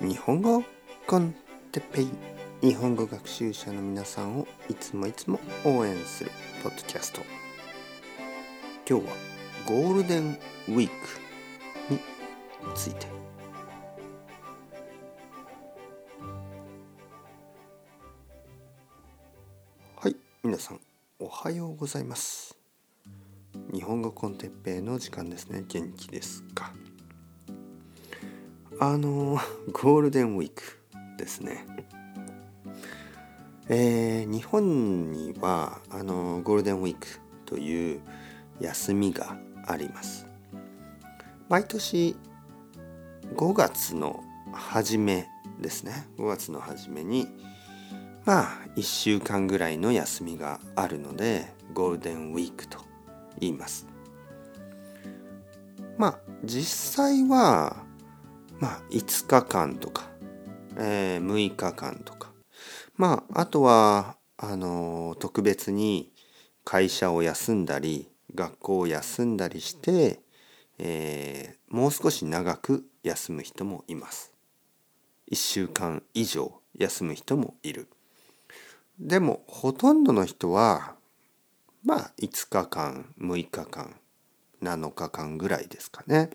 日本語コンテッペイ、日本語学習者の皆さんをいつも応援するポッドキャスト。今日はゴールデンウィークについて。はい、皆さんおはようございます。日本語コンテッペイの時間ですね。元気ですか？ゴールデンウィークですね。日本にはゴールデンウィークという休みがあります。毎年5月の初めですね。5月の初めに1週間ぐらいの休みがあるのでゴールデンウィークと言います。実際は5日間とか、6日間とか、あとは特別に会社を休んだり学校を休んだりして、もう少し長く休む人もいます。1週間以上休む人もいる。でもほとんどの人は5日間、6日間、7日間ぐらいですかね。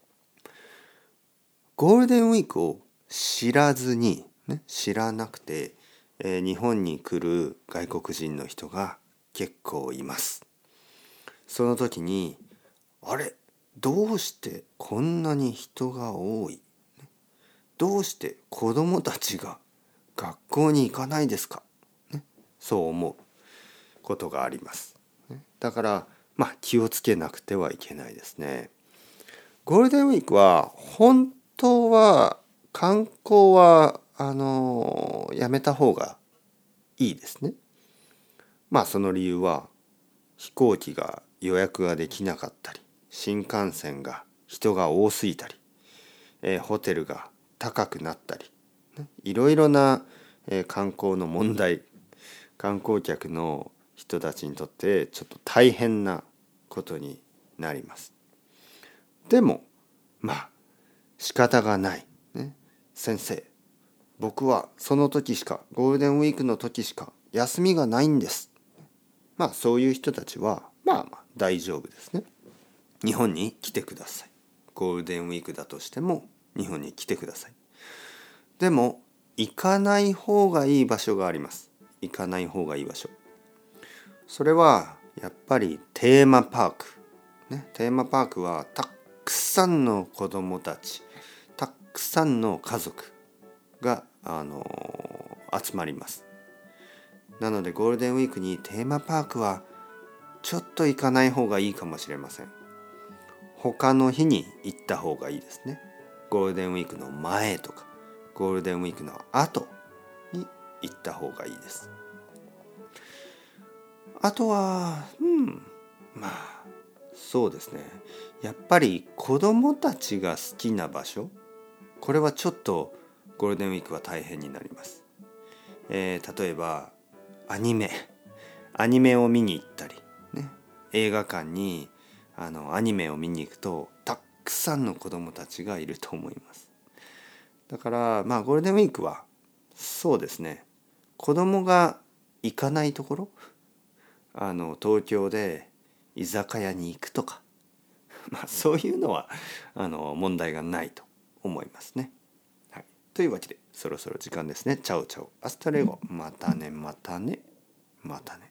ゴールデンウィークを知らなくて、日本に来る外国人の人が結構います。その時に、どうしてこんなに人が多い？どうして子供たちが学校に行かないですか？そう思うことがあります。だから気をつけなくてはいけないですね。ゴールデンウィークは本当は観光はやめた方がいいですね。その理由は飛行機が予約ができなかったり、新幹線が人が多すぎたり、ホテルが高くなったり、いろいろな、観光の問題、観光客の人たちにとってちょっと大変なことになります。でも仕方がない、先生、僕はその時しか、ゴールデンウィークの時しか休みがないんです。そういう人たちは大丈夫ですね。日本に来てください。ゴールデンウィークだとしても日本に来てください。でも行かない方がいい場所があります。行かない方がいい場所。それはやっぱりテーマパーク。テーマパークはたくさんの子供たち、たくさんの家族が、集まります。なのでゴールデンウィークにテーマパークはちょっと行かない方がいいかもしれません。他の日に行った方がいいですね。ゴールデンウィークの前とかゴールデンウィークの後に行った方がいいです。あとはそうですね。やっぱり子供たちが好きな場所、これはちょっとゴールデンウィークは大変になります。例えばアニメを見に行ったり、映画館にアニメを見に行くとたくさんの子供たちがいると思います。だからゴールデンウィークはそうですね、子供が行かないところ、東京で居酒屋に行くとかそういうのは問題がないと思いますね。はい、というわけでそろそろ時間ですね。チャオチャオアスタレゴ、またね。